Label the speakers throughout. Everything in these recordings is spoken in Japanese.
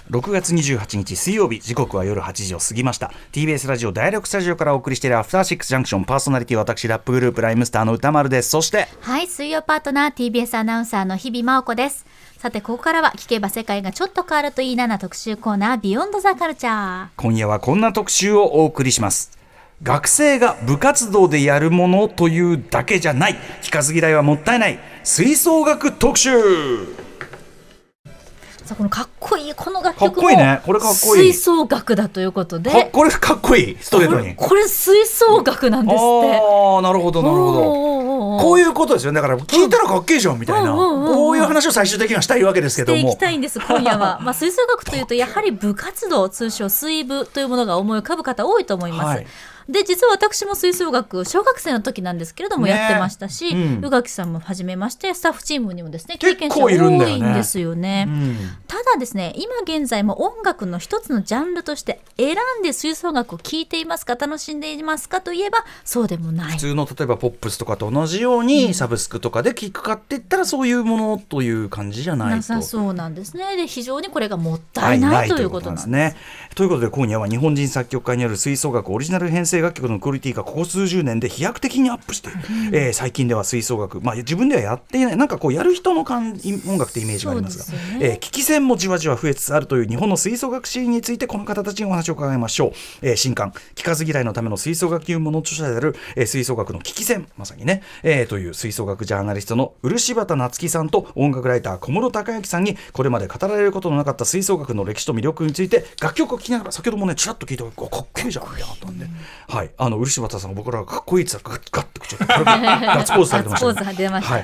Speaker 1: 6月28日水曜日、時刻は夜8時を過ぎました。 TBS ラジオ第6スタジオからお送りしているアフターシックスジャンクション、パーソナリティ私ラップグループライムスターの歌丸です。そして
Speaker 2: はい、水曜パートナー TBS アナウンサーの日々真央子です。さて、ここからは聞けば世界がちょっと変わるといいなな特集コーナー、ビヨンドザカルチャー。
Speaker 1: 今夜はこんな特集をお送りします。学生が部活動でやるものというだけじゃない、聞かず嫌いはもったいない吹奏楽特集。
Speaker 2: さあ、このかっこいいこの楽曲も
Speaker 1: かっこいいね。これかっこいい。
Speaker 2: 吹奏楽だということで、
Speaker 1: これかっこいい。ストレートに
Speaker 2: これ吹奏楽なんですって。
Speaker 1: ああ、なるほどなるほど。こういうことですよね。だから聞いたらかっけえじゃんみたいな、こういう話を最終的にはしたいわけですけども、
Speaker 2: していきたいんです今夜は。吹奏楽というとやはり部活動、通称水部というものが思い浮かぶ方多いと思います、はい。で、実は私も吹奏楽小学生の時なんですけれどもやってましたし、宇垣さんも初めまして、スタッフチームにもですね経験者多いんですよね。ただですね、今現在も音楽の一つのジャンルとして選んで吹奏楽を聴いていますか、楽しんでいますかといえばそうでもない。
Speaker 1: 普通の例えばポップスとかと同じように、サブスクとかで聴くかって言ったらそういうものという感じじゃないと。
Speaker 2: なさそうなんですね。で、非常にこれがもったいないということなんです
Speaker 1: ね。ということで今夜は日本人作曲家による吹奏楽オリジナル編成楽曲のクオリティがここ数十年で飛躍的にアップしている、最近では吹奏楽、自分ではやっていない、なんかこうやる人の音楽ってイメージがありますが、聞き戦もじわじわ増えつつあるという日本の吹奏楽シーンについてこの方たちにお話を伺いましょう。新刊聞かず嫌いのための吹奏楽入門の著者である、吹奏楽の聞き戦、まさにね、という吹奏楽ジャーナリストの漆畑夏樹さんと音楽ライター小室孝之さんに、これまで語られることのなかった吹奏楽の歴史と魅力について楽曲を聴きながら、先ほどもねちらっと聞いてかっけえじゃんみたいなったんで、はい、漆畑さんが僕らがかっこいいって言ったらガッて口をガッツポーズされてましたね。はい、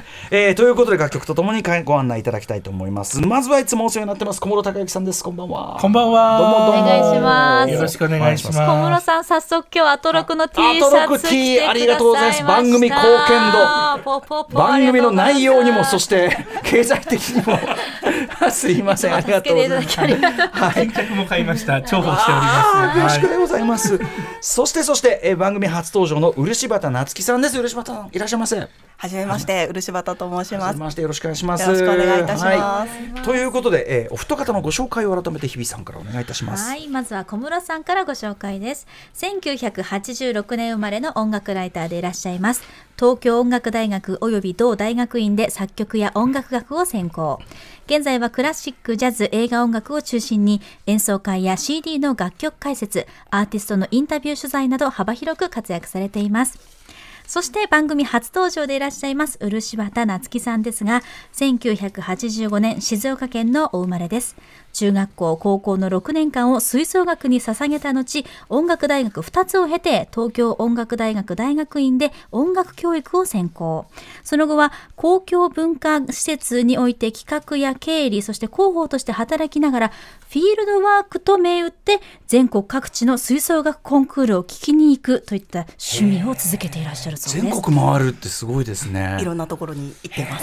Speaker 1: ということで楽曲とともにご案内いただきたいと思います。まずはいつもお世話になってます小室孝之さんです。こんばんは。
Speaker 3: こんばんは。
Speaker 1: どうも
Speaker 2: お願いします。
Speaker 3: よろしくお願いします。
Speaker 2: 小室さん、早速今日アトロクの T シャツ着てくださいました。
Speaker 1: ありがとうございます。番組貢献度、番組の内容にも、そして経済的にもすいません、ありがとうございます。
Speaker 3: 先着も買いました。重宝しております。
Speaker 1: よろしくございます。そして番組初登場の漆畑夏樹さんです。漆畑さんいらっしゃいませ。
Speaker 4: はじめまして、漆畑と申します。
Speaker 1: よろしくお願いします。
Speaker 4: よろしくお願いいたします。
Speaker 1: ということで、お二方のご紹介を改めて日比さんからお願いいたします。
Speaker 2: はい、まずは小室さんからご紹介です。1986年生まれの音楽ライターでいらっしゃいます。東京音楽大学および同大学院で作曲や音楽学を専攻。現在はクラシック、ジャズ、映画音楽を中心に演奏会や CD の楽曲解説、アーティストのインタビュー取材など幅広く活躍されています。そして番組初登場でいらっしゃいます漆畑夏樹さんですが、1985年静岡県のお生まれです。中学校高校の6年間を吹奏楽に捧げた後、音楽大学2つを経て東京音楽大学大学院で音楽教育を専攻。その後は公共文化施設において企画や経理、そして広報として働きながらフィールドワークと銘打って全国各地の吹奏楽コンクールを聞きに行くといった趣味を続けていらっしゃるそうです。
Speaker 1: 全国回るってすごいですね。
Speaker 4: いろんなところに行ってます。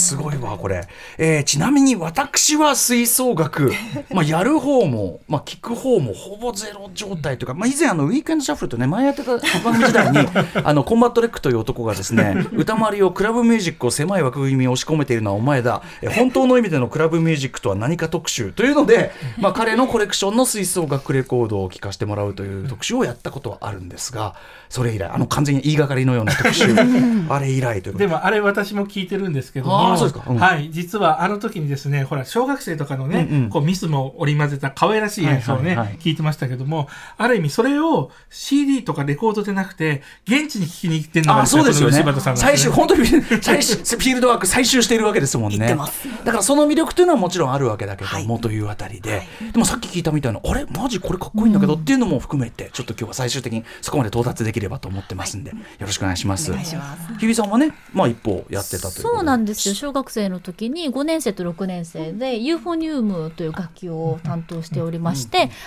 Speaker 1: すごいわこれ。ちなみに私は吹奏楽やる方も、聞く方もほぼゼロ状態というか、以前ウィークエンドシャッフルとね前やってた番組時代にコンバットレックという男がですね歌丸よクラブミュージックを狭い枠組みに押し込めているのはお前だ、本当の意味でのクラブミュージックとは何か特集というので、彼のコレクションの吹奏楽レコードを聴かせてもらうという特集をやったことはあるんですが、それ以来完全に言いがかりのような特集あれ以来ということ
Speaker 3: でもあれ私も聞いてるんですけども、
Speaker 1: そうですか、
Speaker 3: はい、実はあの時にですね、ほら小学生とかのね、こうミスも織り交ぜた可愛らしい演奏をね、聞いてましたけども、ある意味それを CD とかレコードでなくて現地に聞きに行ってるのが
Speaker 1: そうですよね。
Speaker 3: 柴田さんが、ね、
Speaker 1: 最終本当にフィールドワーク採集しているわけですもんね。だからその魅力というのはもちろんあるわけだけども、というあたりで、でもさっき聞いたみたいなあれマジこれかっこいいんだけどっていうのも含めて、ちょっと今日は最終的にそこまで到達できればと思ってますんで、よろしくお願いします。日比さんはね、一方やってたということで。
Speaker 2: そうなんですよ。小学生の時に5年生と6年生でユーフォニウムという楽器を担当しておりまして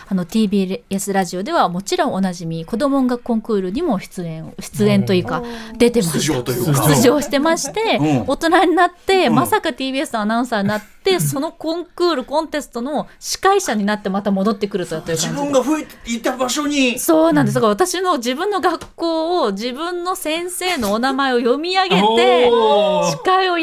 Speaker 2: 、TBS ラジオではもちろんおなじみ子ども音楽コンクールにも出演というか出てました。出場してまして、大人になってまさか TBS のアナウンサーになってそのコンクールコンテストの司会者になってまた戻ってくるという感じで、
Speaker 1: 自分がいた場所に。
Speaker 2: そうなんです。だから私の自分の学校を自分の先生のお名前を読み上げて司会をや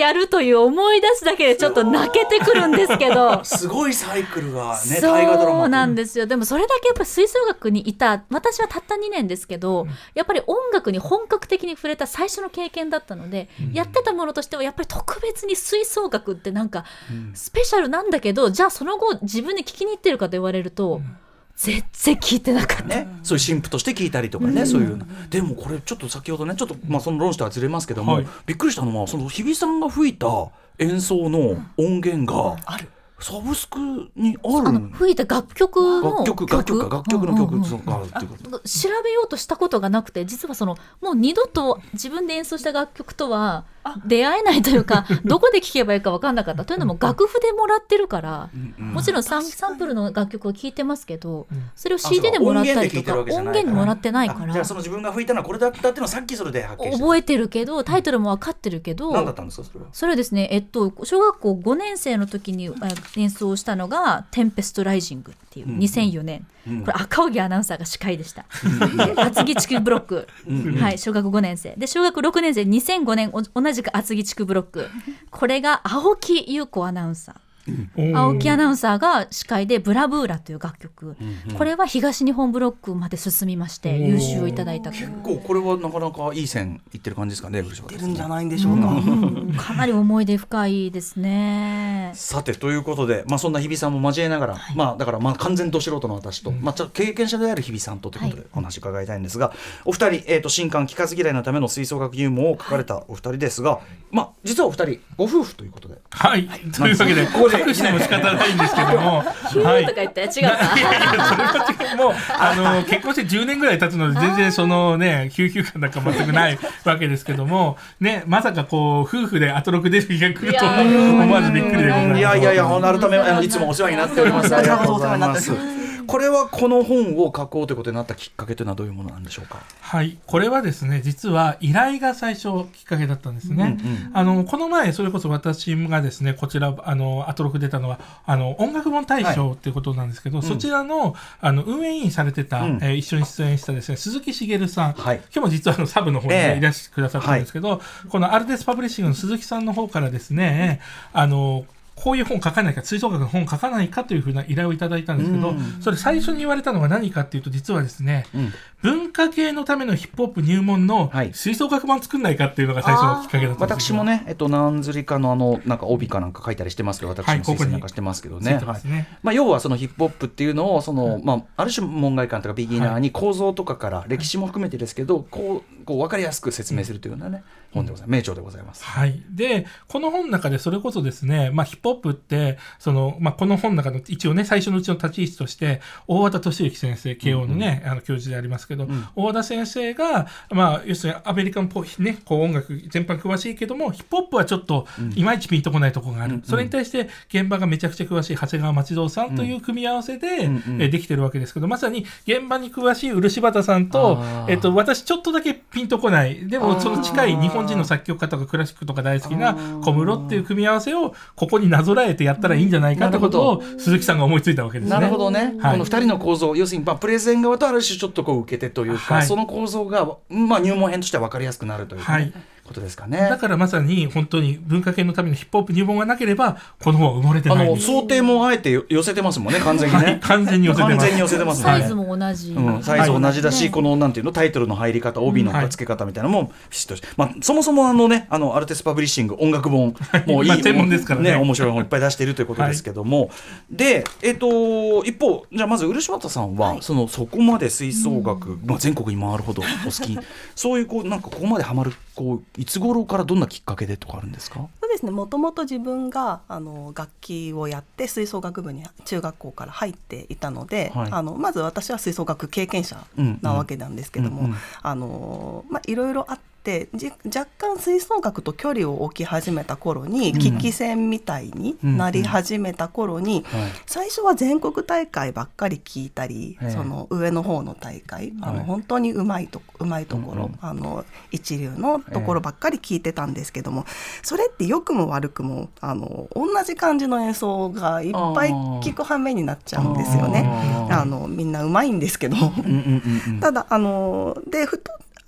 Speaker 2: やるという思い出すだけでちょっと泣けてくるんですけど
Speaker 1: すごいサイクルがね、大河ドラマ
Speaker 2: そうなんですよ。でもそれだけやっぱ吹奏楽にいた私はたった2年ですけど、やっぱり音楽に本格的に触れた最初の経験だったので、やってたものとしてはやっぱり特別に吹奏楽ってなんかスペシャルなんだけど、じゃあその後自分で聞きに行ってるかと言われると、全然聞いてなかった、
Speaker 1: ね、そういう新譜として聞いたりとかね、そういうでもこれちょっと先ほどねちょっとその論旨とはずれますけども、びっくりしたのはその日比さんが吹いた演奏の音源がある、サブスクにある、
Speaker 2: 吹いた楽曲の
Speaker 1: 曲の曲があるっていうこと、
Speaker 2: 調べようとしたことがなくて、実はもう二度と自分で演奏した楽曲とは出会えないというかどこで聴けばいいか分かんなかったというのも楽譜でもらってるから、もちろんサンプルの楽曲を聴いてますけど、それを CD でもらったりとか音源にもらってないから、
Speaker 1: じゃあその自分が吹いたのはこれだったっていうのはさっきそれで発見した、
Speaker 2: 覚えてるけどタイトルも分かってるけど、
Speaker 1: 何だったんですかそれは。
Speaker 2: それはですね、小学校5年生の時に演奏したのがテンペストライジングっていう2004年、これ赤荻アナウンサーが司会でした厚木地区ブロック、はい、小学5年生で、小学6年生2005年同じく厚木地区ブロック、これが青木優子アナウンサー、青木アナウンサーが司会でブラブーラという楽曲、これは東日本ブロックまで進みまして優秀をいただいた。
Speaker 1: 結構これはなかなかいい線いってる感じですかね。いって
Speaker 4: るんじゃないんでしょうか、
Speaker 2: かなり思い出深いですね。
Speaker 1: さてということで、そんな日比さんも交えながら、だから完全ど素人の私と、ちょっと経験者である日比さんとということでお話伺いたいんですが、お二人、新刊聞かず嫌いのための吹奏楽入門を書かれたお二人ですが、実はお二人ご夫婦ということで、
Speaker 3: はいというわけでここで隠しても仕方ないんですけども
Speaker 2: ヒューとか言って、違うか、
Speaker 3: それはもう結婚して10年ぐらい経つので全然そのねヒュー感なんか全くないわけですけどもね、まさかこう夫婦でアトロク出る日が来ると思わずびっくりでございます。
Speaker 1: いや改めいつもお世話になっております。ありがとうございます。これはこの本を書こうということになったきっかけというのはどういうものなんでしょうか。
Speaker 3: はい、これはですね、実は依頼が最初きっかけだったんですね。この前それこそ私がですね、こちらアトロク出たのは音楽本大賞っていうことなんですけど、そちらの運営委員されてた、一緒に出演したですね鈴木茂さん、今日も実はサブの方にいらしてくださったんですけど、このアルテスパブリッシングの鈴木さんの方からですね、こういう本書かないか、吹奏楽の本書かないかというふうな依頼をいただいたんですけど、それ最初に言われたのが何かっていうと、実はですね、文化系のためのヒップホップ入門の吹奏楽版作んないかっていうのが最初のきっかけだったんです。
Speaker 1: 私もね、なんずりかのなんか帯かなんか書いたりしてますけど、私も推薦なんかしてますけどね。要はそのヒップホップっていうのをある種門外漢とかビギナーに構造とかから歴史も含めてですけど、こう分かりやすく説明するというようなね、本でございます。名著でございます。
Speaker 3: はい。で、この本の中でそれこそですね、ヒップホップってこの本の中の一応ね、最初のうちの立ち位置として大和田敏之先生、慶応のね、教授でありますけど、大和田先生が要するにアメリカンっぽいね、こう音楽全般詳しいけども、ヒップホップはちょっといまいちピンとこないところがある。それに対して現場がめちゃくちゃ詳しい長谷川町蔵さんという組み合わせで、できてるわけですけど、まさに現場に詳しい漆畑さんと、私ちょっとだけピンとこない、でもその近い日本人の作曲家とかクラシックとか大好きな小室っていう組み合わせをここになぞらえてやったらいいんじゃないかってことを鈴木さんが思いついたわけですね。
Speaker 1: なるほどね。この2人の構造、要するにプレゼン側とある種ちょっとこう受け手というか、その構造が入門編としては分かりやすくなるということですかね。
Speaker 3: だからまさに本当に文化系のためのヒップホップ入門がなければこの本は生まれてないんです。
Speaker 1: 想定もあえて寄せてますもんね、完全にね。
Speaker 3: 完全に寄せてます。
Speaker 2: サイズも同じ、
Speaker 1: サイズ同じだし、このなんていうのタイトルの入り方、帯の付け方みたいなのもピシッとして、そもそもアルテスパブリッシング音楽本もういい
Speaker 3: 専門ですからね、
Speaker 1: 面白い本いっぱい出しているということですけども、で一方じゃあまず漆畑さんは、そこまで吹奏楽、全国に回るほどお好きそういうなんかここまでハマるいつ頃からどんなきっかけでとかあるんですか。
Speaker 4: そうですね、もともと自分が楽器をやって吹奏楽部に中学校から入っていたので、まず私は吹奏楽経験者なわけなんですけども、いろいろあって若干吹奏楽と距離を置き始めた頃に、聞き戦みたいになり始めた頃に、最初は全国大会ばっかり聞いたり、その上の方の大会、本当にうまいところ、一流のところばっかり聞いてたんですけども、それって良くも悪くも同じ感じの演奏がいっぱい聞く羽目になっちゃうんですよね。みんなうまいんですけどただふ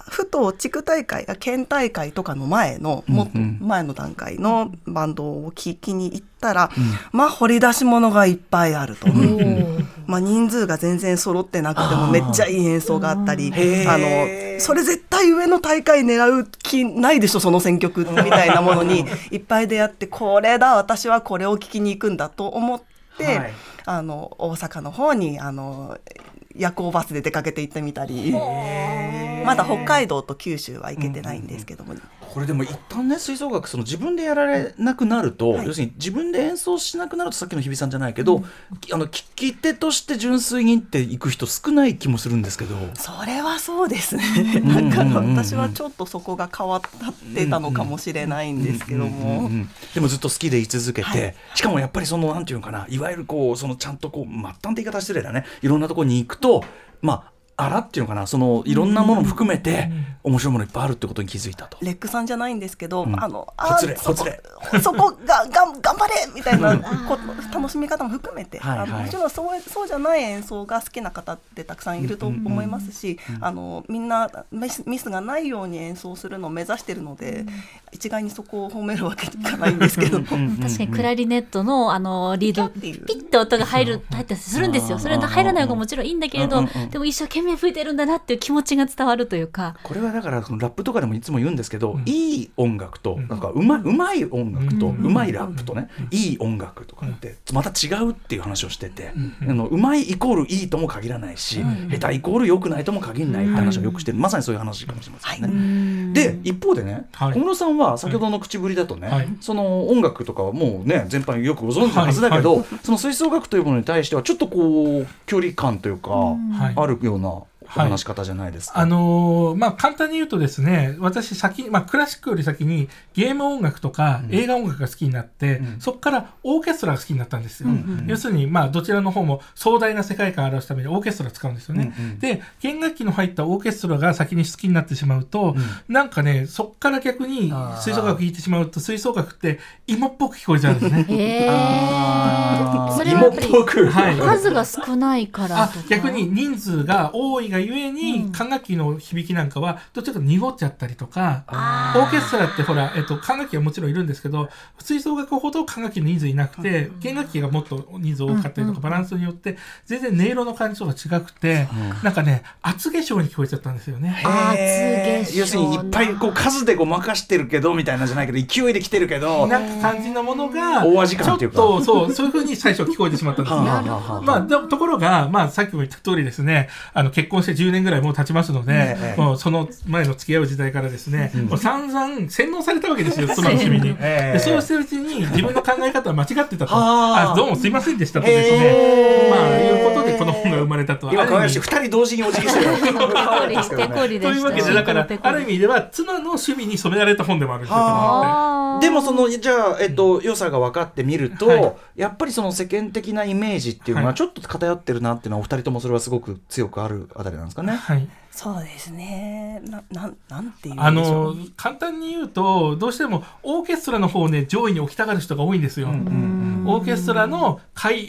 Speaker 4: ふと地区大会が県大会とかの前のもっと前の段階のバンドを聴きに行ったら、まあ掘り出し物がいっぱいあると、まあ人数が全然揃ってなくてもめっちゃいい演奏があったり、それ絶対上の大会狙う気ないでしょその選曲みたいなものにいっぱい出会って、これだ私はこれを聴きに行くんだと思って、はい、大阪の方に夜行バスで出かけて行ってみたり、まだ北海道と九州は行けてないんですけども、
Speaker 1: これでも一旦ね吹奏楽その自分でやられなくなると、要するに自分で演奏しなくなるとさっきの日比さんじゃないけど、聴き手として純粋にっていく人少ない気もするんですけど。
Speaker 4: それはそうですね。だから私はちょっとそこが変わってたのかもしれないんですけども、
Speaker 1: でもずっと好きでい続けて、しかもやっぱりそのなんていうのかな、いわゆるこうそのちゃんとこう末端って言い方失礼だね、いろんなところに行くとっていうのかな、そのいろんなものも含めて面白いものいっぱいあるってことに気づいたと。
Speaker 4: レックさんじゃないんですけど、
Speaker 1: ほつれ
Speaker 4: そこが頑張れみたいな楽しみ方も含めて、もちろんそうじゃない演奏が好きな方ってたくさんいると思いますし、みんなミスがないように演奏するのを目指しているので、一概にそこを褒めるわけにいかないんですけど
Speaker 2: 確かにクラリネットのリードピッと音が入ったりするんですよ。それが入らない方がもちろんいいんだけれど、でも一生懸命吹いてるんだなっていう気持ちが伝わるというか、
Speaker 1: これはだからそのラップとかでもいつも言うんですけど、いい音楽となんかうまい音楽とうまいラップとね、いい音楽とかってまた違うっていう話をしてて、うまいイコールいいとも限らないし、下手イコール良くないとも限らないって話をよくしてる、まさにそういう話かもしれませんね。で一方でね、小室さんは先ほどの口ぶりだとね、その音楽とかはもうね全般よくご存知のはずだけど、その吹奏楽というものに対してはちょっとこう距離感というかあるような話し方じゃないですか。
Speaker 3: 簡単に言うとですね、私クラシックより先にゲーム音楽とか映画音楽が好きになって、そこからオーケストラが好きになったんですよ。要するにどちらの方も壮大な世界観を表すためにオーケストラを使うんですよね。で弦楽器の入ったオーケストラが先に好きになってしまうと、なんかねそこから逆に吹奏楽聴いてしまうと、吹奏楽って芋っぽく聞こえちゃうんですね。
Speaker 2: それはやっぱり数が少ないからとか、
Speaker 3: 逆に人数が多いがゆえに管楽器の響きなんかはどちらかと濁っちゃったりとか、オーケストラってほら、管楽器はもちろんいるんですけど、吹奏楽ほど管楽器の人数いなくて、弦楽器がもっと人数多かったりとか、バランスによって全然音色の感じとか違くて、なんかね厚化粧に聞こえちゃったんですよね。
Speaker 1: 要するにいっぱいこう数でごまかしてるけどみたいなじゃないけど、勢いで来てるけど
Speaker 3: なんか感じのものが
Speaker 1: 大味感っていうか、
Speaker 3: ちょっとそういう風に最初聞こえてしまったんですね。ところがさっきも言った通りですね、結婚して10年ぐらいもう経ちますので、もうその前の付き合う時代からですね、もう散々洗脳されたわけですよ、妻の趣味に。でそうしてるうちに自分の考え方は間違ってたと、どうもすいませんでしたとですね、いうことでこの本が生まれたと。
Speaker 1: 今可愛いし2人同時にお辞儀してる
Speaker 3: というわけで、だからある意味では妻の趣味に染められた本でもあるんですよ。
Speaker 1: でもそのじゃあ、良さが分かってみると、やっぱりその世間的なイメージっていうのはちょっと偏ってるなっていうのはお二人ともそれはすごく強くあるあたりなんですかね。
Speaker 4: そうですね。なんていうんでしょう。
Speaker 3: 簡単に言うと、どうしてもオーケストラの方ね上位に置きたがる人が多いんですよ。オーケストラの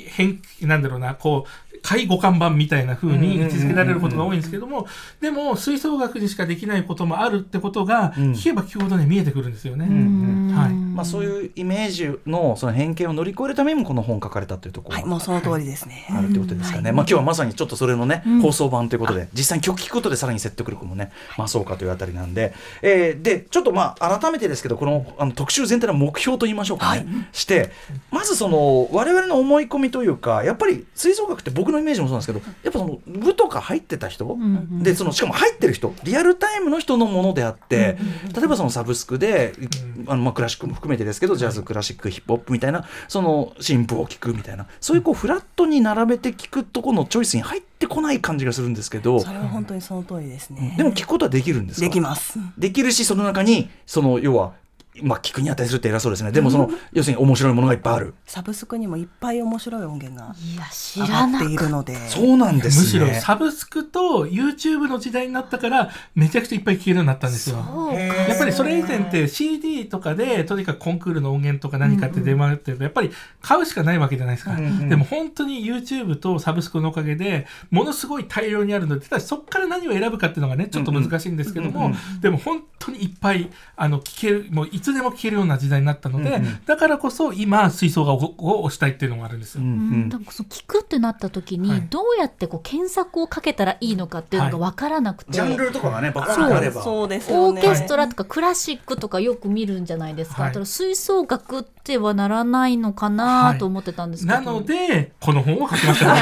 Speaker 3: 下位互換版みたいな風に位置づけられることが多いんですけども、でも吹奏楽にしかできないこともあるってことが、聞けば聞くほどね見えてくるんですよね。
Speaker 1: そういうイメージのその偏見を乗り越えるためにもこの本書かれたというところが、
Speaker 4: もうその通りですね。
Speaker 1: あるということですかね。今日はまさにちょっとそれのね、放送版ということで、実際に曲聞くことでさらに説得力もね増そうかというあたりなんで、でちょっと改めてですけど、この特集全体の目標と言いましょうかね、してまずその我々の思い込みというか、やっぱり吹奏楽って僕のイメージもそうなんですけど、やっぱその部とか入ってた人、でしかも入ってる人、リアルタイムの人のものであって、例えばそのサブスクでクラシックも含めてですけど、ジャズ、クラシック、ヒップホップみたいな、その新譜を聴くみたいな、そういうフラットに並べて聴くところのチョイスに入ってこない感じがするんですけど、
Speaker 4: それは本当にその通りですね。
Speaker 1: でも聴くことはできるんですか？
Speaker 4: できます。
Speaker 1: できるし、その中にその要はまあ、聞くに値するって偉そうですね。でも要するに面白いものがいっぱいある。
Speaker 4: サブスクにもいっぱい面白い音源が
Speaker 2: 知
Speaker 4: 上
Speaker 2: らなかった
Speaker 4: がっているので。
Speaker 1: そうなんですね。
Speaker 3: むしろサブスクと YouTube の時代になったからめちゃくちゃいっぱい聴けるようになったんですよ。やっぱりそれ以前って CD とかでとにかくコンクールの音源とか何かって出回ってるとやっぱり買うしかないわけじゃないですか、でも本当に YouTube とサブスクのおかげでものすごい大量にあるので、ただそこから何を選ぶかっていうのがねちょっと難しいんですけども、でも本当にいっぱい聴ける、もういつでも聴けるような時代になったので、だからこそ今吹奏楽を推したいっていうのがあるんですよ。
Speaker 2: だから聞くってなった時にどうやって検索をかけたらいいのかっていうのが分からなくて、
Speaker 1: ジャンルとかがねバカあれば、
Speaker 4: そうですよね。
Speaker 2: オーケストラとかクラシックとかよく見るんじゃないですか、吹奏楽ってはならないのかなと思ってたんですけど、
Speaker 3: なのでこの本を書きました。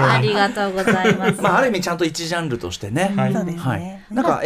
Speaker 2: ありがとうございます。
Speaker 1: ある意味ちゃんと一ジャンルとしてね、
Speaker 4: そうですね。
Speaker 1: なんか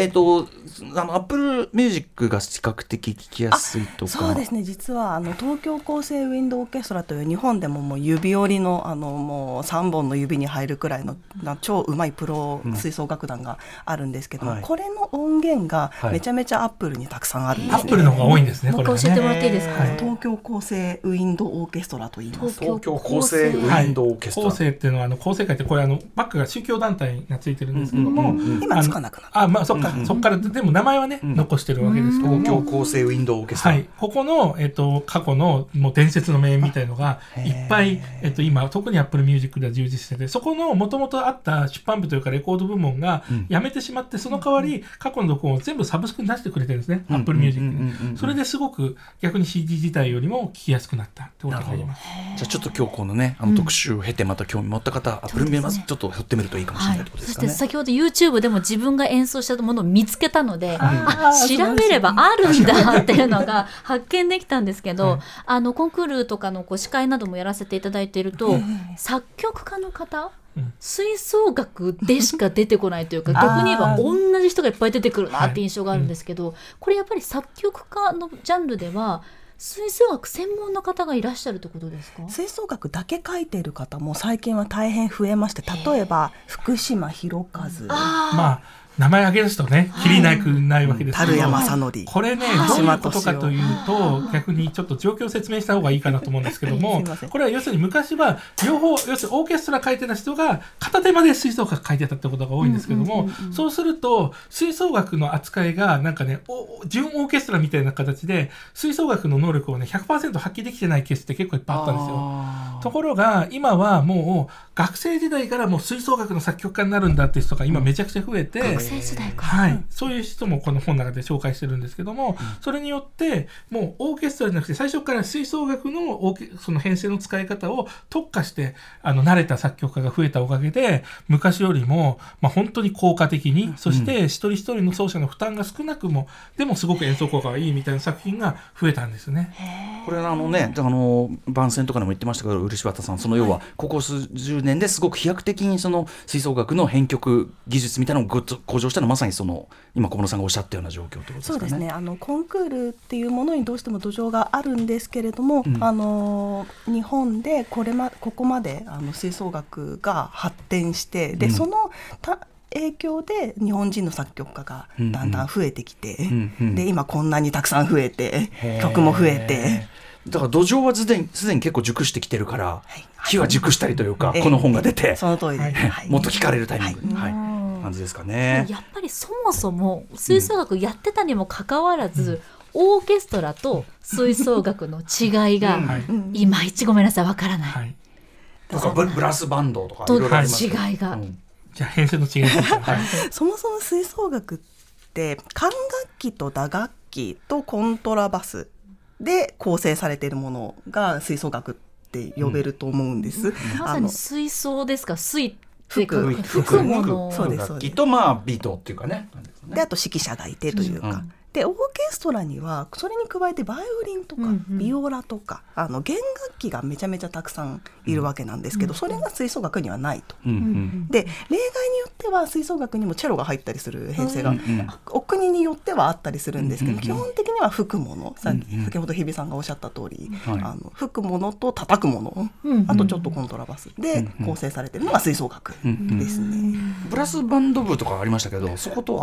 Speaker 1: Apple Music が比較的聴きやすいとか。
Speaker 4: そうですね、実は東京高生ウィンドオーケストラという日本でももう指折りのもう3本の指に入るくらいの超うまいプロ吹奏楽団があるんですけども、これの音源がめちゃめちゃ Apple にたくさんあるんですね。
Speaker 3: Apple の方が多いんですね。
Speaker 2: もう一回教えてもらっていいですか。
Speaker 4: 東京高生ウィンドオーケストラと言います。
Speaker 1: 東京高生ウィンドオーケストラ、
Speaker 3: 高生っていうのは高生会ってこれバックが宗教団体がついてるんですけども、
Speaker 4: 今つかなくなった。
Speaker 3: まあそっからでも名前はね残してるわけですけども、
Speaker 1: 東京高生ウィンドオーケストラ、
Speaker 3: ここの過去のもう伝説の名演みたいのがいっぱい今特に Apple Music では充実してて、そこのもともとあった出版部というかレコード部門が辞めてしまって、その代わり過去の録音を全部サブスクに出してくれてるんですね、Apple Music に。それですごく逆に CD 自体よりも聴きやすくなったってことがあります。
Speaker 1: じゃあちょっと今日このね特集を経てまた興味持った方、Apple Music ちょっと寄ってみるといいかもしれないってことですかね。
Speaker 2: そして先ほど YouTube でも自分が演奏したものを見つけたので、調べればあるんだっていうのが発見できたんですけど、コンクールとかの司会などもやらせていただいていると、作曲家の方、吹奏楽でしか出てこないというか、逆に言えば同じ人がいっぱい出てくるなって印象があるんですけど、これやっぱり作曲家のジャンルでは吹奏楽専門の方がいらっしゃるってことですか。
Speaker 4: 吹奏楽だけ書いている方も最近は大変増えまして、例えば福島博和、
Speaker 3: 名前挙げる人ね、きりなくないわけですけど、
Speaker 4: 樽山正則、
Speaker 3: これね、どういうことかというと、逆にちょっと状況を説明した方がいいかなと思うんですけども、これは要するに昔は両方、要するにオーケストラ書いてた人が片手間で吹奏楽書いてたってことが多いんですけども、そうすると吹奏楽の扱いがなんかね、準オーケストラみたいな形で吹奏楽の能力をね 100% 発揮できてないケースって結構いっぱいあったんですよ。ところが今はもう学生時代からもう吹奏楽の作曲家になるんだっていう人が今めちゃくちゃ増えて、
Speaker 2: 学生時代か、
Speaker 3: そういう人もこの本の中で紹介してるんですけども、それによってもうオーケストラじゃなくて最初から吹奏楽のその編成の使い方を特化して慣れた作曲家が増えたおかげで、昔よりも本当に効果的に、そして一人一人の奏者の負担が少なくもでもすごく演奏効果がいいみたいな作品が増えたんですね。
Speaker 1: これ番宣とかでも言ってましたけど、漆畑さん、要はここ数十年ですごく飛躍的に吹奏楽の編曲技術みたいなのが向上したのはまさに今小室さんがおっしゃったような状況ということですかね。
Speaker 4: そうですね、コンクールっていうものにどうしても土壌があるんですけれども、日本でここまで吹奏楽が発展して、でその影響で日本人の作曲家がだんだん増えてきて、で今こんなにたくさん増えて曲も増えて、
Speaker 1: だから土壌はすでに結構熟してきてるから、木は熟したりというか、この本が出て、
Speaker 4: その通りで
Speaker 1: もっと聞かれるタイミング、感じですかね。
Speaker 2: やっぱりそもそも吹奏楽やってたにもかかわらず、オーケストラと吹奏楽の違いがいまいちごめんなさいわからない、
Speaker 1: とかブラスバンドとか
Speaker 2: と
Speaker 1: いろいろありますけど、
Speaker 2: 違いが、
Speaker 3: じゃあ編成の違いですね。
Speaker 4: そもそも吹奏楽って管楽器と打楽器とコントラバスで構成されているものが吹奏楽って呼べると思うんです。
Speaker 2: まさに吹奏ですか。吹
Speaker 4: 吹く
Speaker 2: もの、
Speaker 4: そうです。
Speaker 1: 楽器とビートっていうかね。
Speaker 4: であと指揮者がいてというか、でオーケストラにはそれに加えてバイオリンとかビオラとか弦楽器がめちゃめちゃたくさんいるわけなんですけど、それが吹奏楽にはないと。で例外によっては吹奏楽にもチェロが入ったりする編成がお国によってはあったりするんですけど、基本的には吹くもの、先ほど日比さんがおっしゃった通り、吹くものと叩くもの、あとちょっとコントラバスで構成されているのが吹奏楽ですね。
Speaker 1: ブラスバンド部とかありましたけど、そことは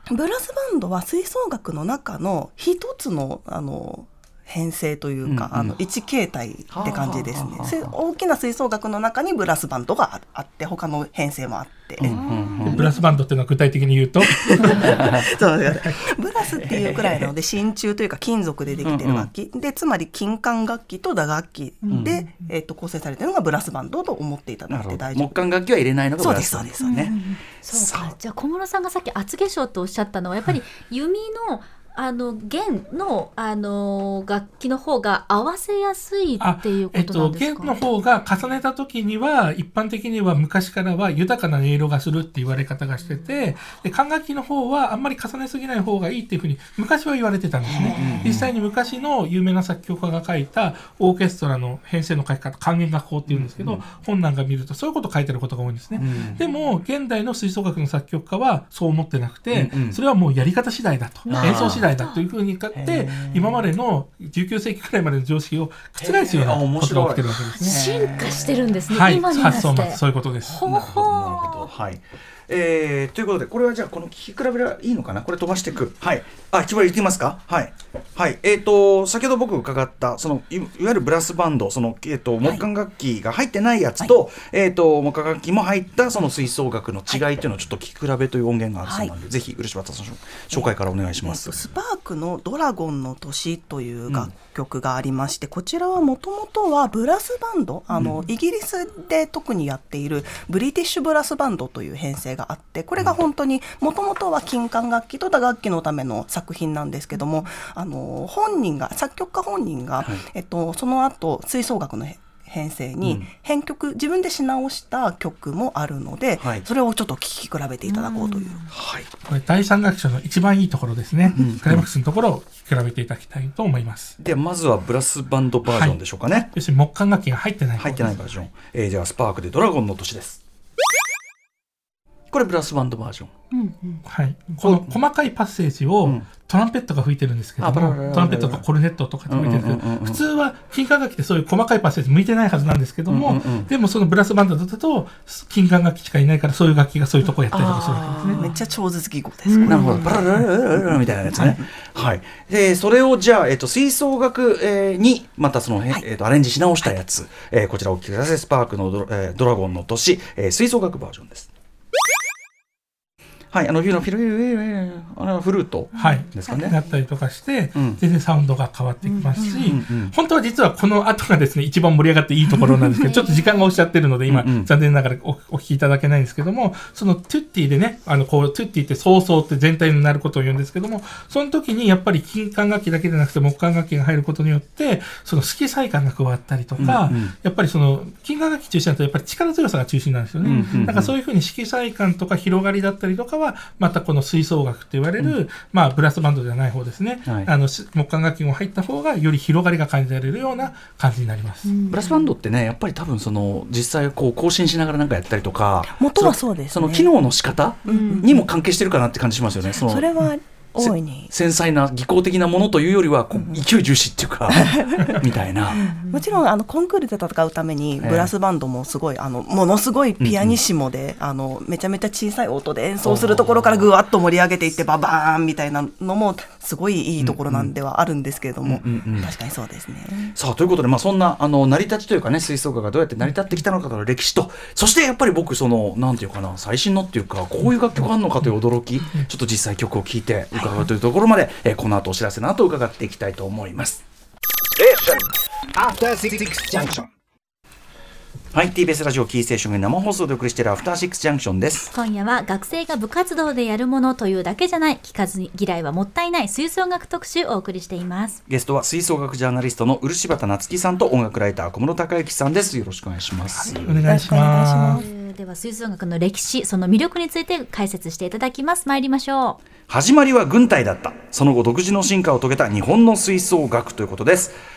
Speaker 4: ブラスバンドは吹奏楽の中の一つの編成というか、一形態って感じですね。大きな吹奏楽の中にブラスバンドがあって、他の編成もあって、
Speaker 3: ブラスバンドっていうのは具体的に言うと
Speaker 4: そうですね、ブラスっていうくらいなので真鍮というか金属でできている楽器で、つまり金管楽器と打楽器で、構成されているのがブラスバンドと思っていただいて大丈夫。
Speaker 1: 木管楽器は入れないのがブラスバンドですね。
Speaker 2: そうか。じゃあ小室さんがさっき厚化粧とおっしゃったのはやっぱり弓の弦の、楽器の方が合わせやすいっていうことなんですか？
Speaker 3: 弦の方が重ねた時には一般的には昔からは豊かな音色がするって言われ方がしてて、で管楽器の方はあんまり重ねすぎない方がいいっていうふうに昔は言われてたんですね。実際に昔の有名な作曲家が書いたオーケストラの編成の書き方、管弦楽法っていうんですけど、本なんか見るとそういうことを書いてることが多いんですね。でも現代の吹奏楽の作曲家はそう思ってなくて、それはもうやり方次第だと、演奏次第だというふうに買って今までの19世紀くらいまでの常識を覆すようなことが起きてるわけですね。
Speaker 2: 進化してるんですね、
Speaker 3: はい、
Speaker 2: 今になって。
Speaker 3: 発想もそういうことです。
Speaker 2: ほうほう。
Speaker 1: なるほど、はい。ということでこれはじゃあこの聞き比べはいいのかな、これ飛ばしていく。はい。一番言ってみますか。はい。はい。先ほど僕伺ったそのいわゆるブラスバンド、その木管楽器が入ってないやつと、木管楽器も入ったその吹奏楽の違いというのをちょっと聞き比べという音源があるそうなので、ぜひ漆畑さん紹介からお願いします。
Speaker 4: スパークのドラゴンの年という楽曲がありまして、こちらはもともとはブラスバンド、イギリスで特にやっているブリティッシュブラスバンドという編成があって、これが本当にもともとは金管楽器と打楽器のための作品なんですけども、作曲家本人が、その後吹奏楽の編成に編曲、自分でし直した曲もあるので、それをちょっと聴き比べていただこうという、
Speaker 3: これ第三楽章の一番いいところですね。クライマックスのところを聴き比べていただきたいと思います。
Speaker 1: でまずはブラスバンドバージョンでしょうかね。
Speaker 3: 要するに木管楽器が入ってない
Speaker 1: バージョン。じゃあスパークでドラゴンの年です。これブラスバンドバージョン。
Speaker 3: はい、この細かいパッセージをトランペットが吹いてるんですけども、トランペットとかコルネットとかで吹いてるんですけど、普通は金管楽器ってそういう細かいパッセージ向いてないはずなんですけども、でもそのブラスバンドだと金管楽器しかいないから、そういう楽器がそういうとこやったりとかするわけですね。
Speaker 4: めっちゃ超絶技巧です。
Speaker 1: なるほど。バラララララみたいなやつね。はい。でそれをじゃあ吹奏楽にまたそのアレンジし直したやつ、こちらお聴きください。スパークのドラゴンの年、吹奏楽バージョンです。はい、フルートですかね。
Speaker 3: だったりとかして、全然サウンドが変わってきますし、本当は実はこの後がですね、一番盛り上がっていいところなんですけど、ちょっと時間が押しちゃってるので、今、残念ながらお聞きいただけないんですけども、そのトゥッティでね、トゥッティって早々って全体になることを言うんですけども、その時にやっぱり金管楽器だけでなくて木管楽器が入ることによって、その色彩感が加わったりとか、やっぱりその金管楽器中心だとやっぱり力強さが中心なんですよね。だからそういうふうに色彩感とか広がりだったりとかは、またこの吹奏楽と言われる、ブラスバンドではない方ですね、木管楽器も入った方がより広がりが感じられるような感じになります。
Speaker 1: ブラスバンドってね、やっぱり多分その実際こう更新しながらなんかやったりとか、
Speaker 4: 元はそうですね、
Speaker 1: その機能の仕方にも関係してるかなって感じしますよね。
Speaker 4: それは大いに
Speaker 1: 繊細な技巧的なものというよりは勢い重視っていうかみたいな。
Speaker 4: もちろんコンクールで戦うためにブラスバンドもすごいものすごいピアニッシモで、めちゃめちゃ小さい音で演奏するところからぐわっと盛り上げていってババーンみたいなのもすごいいいところなんではあるんですけれども、確かにそうですね。
Speaker 1: さあということで、そんな成り立ちというかね、吹奏楽がどうやって成り立ってきたのかという歴史と、そしてやっぱり僕そのなんていうかな、最新のっていうかこういう楽曲あるのかという驚き、ちょっと実際曲を聴いて伺うというところまで、この後お知らせの後伺っていきたいと思います。はい、TBS ラジオキーステーションで生放送でお送りしているアフターシックスジャンクションです。
Speaker 2: 今夜は学生が部活動でやるものというだけじゃない、聞かず嫌いはもったいない吹奏楽特集をお送りしています。
Speaker 1: ゲストは吹奏楽ジャーナリストの漆畑夏樹さんと音楽ライター小室孝之さんです。よろしくお願いします。
Speaker 3: お願いします。
Speaker 2: では吹奏楽の歴史、その魅力について解説していただきます。参りましょう。
Speaker 1: 始まりは軍隊だった。その後独自の進化を遂げた日本の吹奏楽ということです。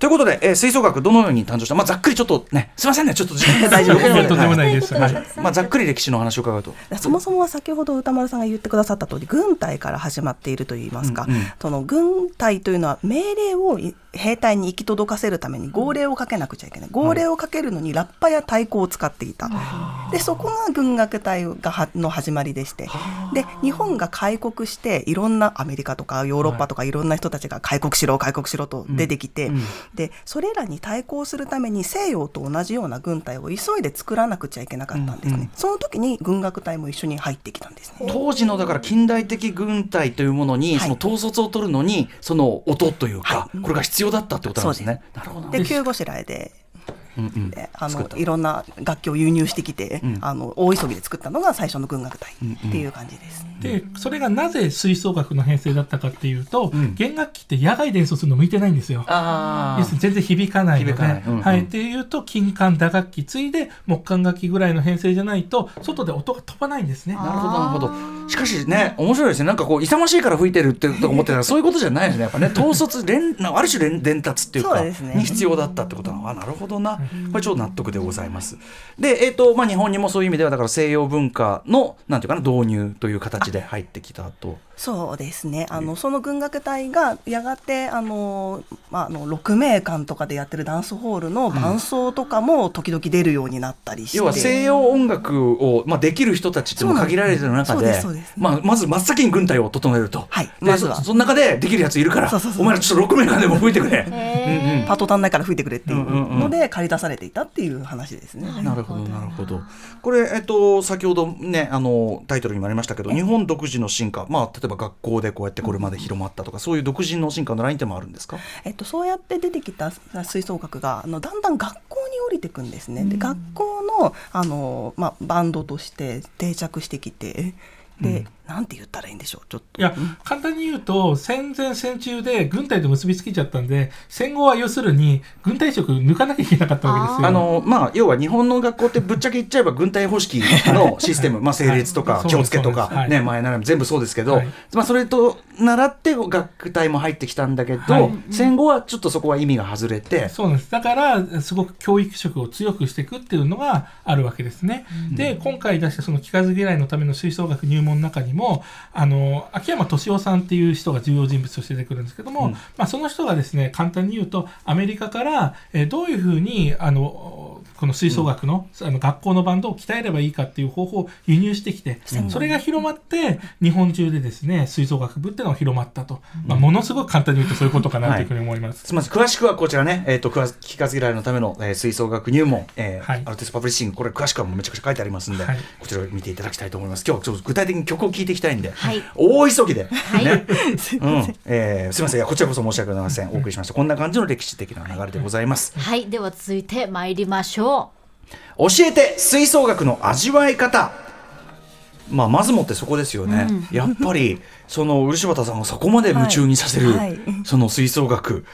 Speaker 1: ということで、吹奏楽どのように誕生した、ざっくりちょっとね、すいませんね、ちょっと時間
Speaker 3: 大丈夫です。とんでもないです。
Speaker 1: ざっくり歴史の話を伺うと、
Speaker 4: そもそもは先ほど歌丸さんが言ってくださった通り、軍隊から始まっているといいますか、その軍隊というのは命令を兵隊に行き届かせるために号令をかけなくちゃいけない。号令をかけるのにラッパや太鼓を使っていた。でそこが軍楽隊の始まりでして、で日本が開国していろんなアメリカとかヨーロッパとかいろんな人たちが開国しろと出てきて、でそれらに対抗するために西洋と同じような軍隊を急いで作らなくちゃいけなかったんですね。その時に軍楽隊も一緒に入ってきたんですね。
Speaker 1: 当時のだから近代的軍隊というものに、その統率を取るのにその音というか、これが必要だったってことなんですね。なるほど。
Speaker 4: で急ごしらえでいろんな楽器を輸入してきて、大急ぎで作ったのが最初の軍楽隊っていう感じです。
Speaker 3: でそれがなぜ吹奏楽の編成だったかっていうと、弦楽器って野外で演奏するの向いてないんですよ。要するに全然響かないので、っていうと金管打楽器ついで木管楽器ぐらいの編成じゃないと外で音が飛ばないんですね。
Speaker 1: なるほどなるほど。しかしね、面白いですね。なんかこう勇ましいから吹いてるって思ってたらそういうことじゃないですね。やっぱね、統率ある種伝達っていうかに必要だったってことなの。なるほどな。これちょっと納得でございます。で、日本にもそういう意味ではだから西洋文化のなんていうかな、導入という形で入ってきたと。
Speaker 4: そうですね。その軍楽隊がやがて鹿鳴館とかでやってるダンスホールの伴奏とかも時々出るようになったりして、
Speaker 1: 要は西洋音楽を、できる人たちっても限られてる中で、まず真っ先に軍隊を整えると、でその中でできるやついるから、お前らちょっと鹿鳴館でも吹いてくれ、
Speaker 4: パート足んないから吹いてくれっていうので借り出されていたっていう話ですね。
Speaker 1: なるほどなるほど。これ、先ほどねタイトルにもありましたけど、日本独自の進化、例えば学校でこうやってこれまで広まったとか、そういう独自の進化のラインってもあるんですか？
Speaker 4: そうやって出てきた吹奏楽がだんだん学校に降りてくんですね。で学校の、バンドとして定着してきて、で、なんて言ったらいいんでしょう。ちょっと
Speaker 3: 簡単に言うと戦前戦中で軍隊と結びつけちゃったんで、戦後は要するに軍隊色抜かなきゃいけなかったわけですよ。
Speaker 1: 要は日本の学校ってぶっちゃけ言っちゃえば軍隊方式のシステム整列とか気をつけとか、前なら全部そうですけど、それと習って楽隊も入ってきたんだけど、戦後はちょっとそこは意味が外れて、
Speaker 3: そうなんです。だからすごく教育色を強くしていくっていうのがあるわけですね。で今回出したその聞かず嫌いのための吹奏楽入門の中にも秋山敏夫さんっていう人が重要人物として出てくるんですけども、その人がですね、簡単に言うとアメリカから、どういうふうにこの吹奏楽の、学校のバンドを鍛えればいいかっていう方法を輸入してきて、それが広まって日本中でですね吹奏楽部っていうのが広まったと、ものすごく簡単に言うとそういうことかなというふうに思います。
Speaker 1: すみません、詳しくはこちらね、聞かず嫌いのための、吹奏楽入門、アルティスパブリッシング、これ詳しくはもうめちゃくちゃ書いてありますんで、こちらを見ていただきたいと思います。今日ちょっと具体的に曲を聴いていきたいんで、大急ぎで、すみません、こちらこそ申し訳ございません。お送りしました。こんな感じの歴史的な流れでございます。
Speaker 2: はい、では続いて参りましょ
Speaker 1: う。教えて吹奏楽の味わい方。まずもってそこですよね。やっぱりその漆畑さんがそこまで夢中にさせる、その吹奏楽、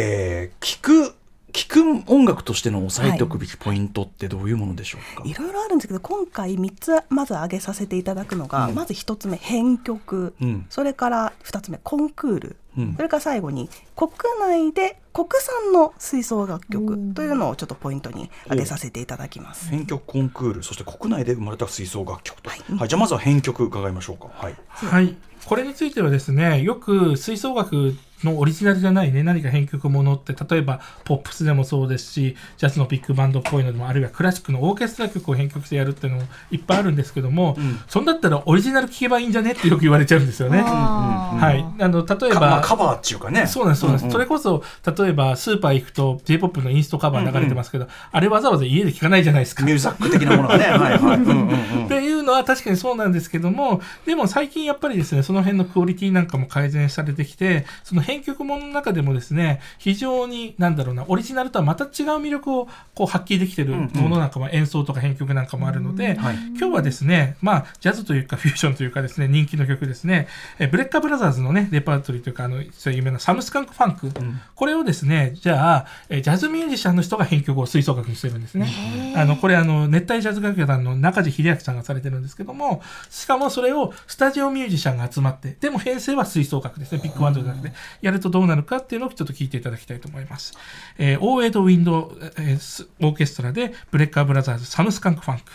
Speaker 1: 聴く音楽としての押さえておくべきポイントってどういうものでしょうか？
Speaker 4: いろいろあるんですけど、今回3つまず挙げさせていただくのが、まず1つ目編曲、それから2つ目コンクール、それから最後に国内で国産の吹奏楽曲というのをちょっとポイントに挙げさせていただきます。
Speaker 1: 編曲、コンクール、そして国内で生まれた吹奏楽曲と、じゃあまずは編曲伺いましょうか。
Speaker 3: これについてはですね、よく吹奏楽のオリジナルじゃないね、何か編曲ものって、例えばポップスでもそうですし、ジャズのビッグバンドっぽいのでも、あるいはクラシックのオーケストラ曲を編曲してやるっていうのもいっぱいあるんですけども、そんだったらオリジナル聴けばいいんじゃねってよく言われちゃうんですよね。例えば
Speaker 1: カバーっていうかね、
Speaker 3: そうなんです。それこそ例えばスーパー行くと J-POP のインストカバー流れてますけど、あれわざわざ家で聴かないじゃないですか。
Speaker 1: ミューザック的なものがね
Speaker 3: っていうのは確かにそうなんですけども、でも最近やっぱりですね、その辺のクオリティなんかも改善されてきて、その編曲ものの中でもですね、非常にオリジナルとはまた違う魅力をこう発揮できているものなんかも、演奏とか編曲なんかもあるので、今日はですね、ジャズというかフュージョンというかですね、人気の曲ですね、ブレッカーブラザーズのねレパートリーというか、有名なサムスカンクファンク、これをですね、じゃあジャズミュージシャンの人が編曲を吹奏楽にしてるんですね。これ熱帯ジャズ楽団の中地秀明さんがされてるんですけども、しかもそれをスタジオミュージシャンが集まって、でも編成は吹奏楽ですね、ビッグバンドじゃなくてやるとどうなるかっていうのをちょっと聞いていただきたいと思います。オーエイドウィンド、オーケストラでブレッカーブラザーズサムスカンクファンク。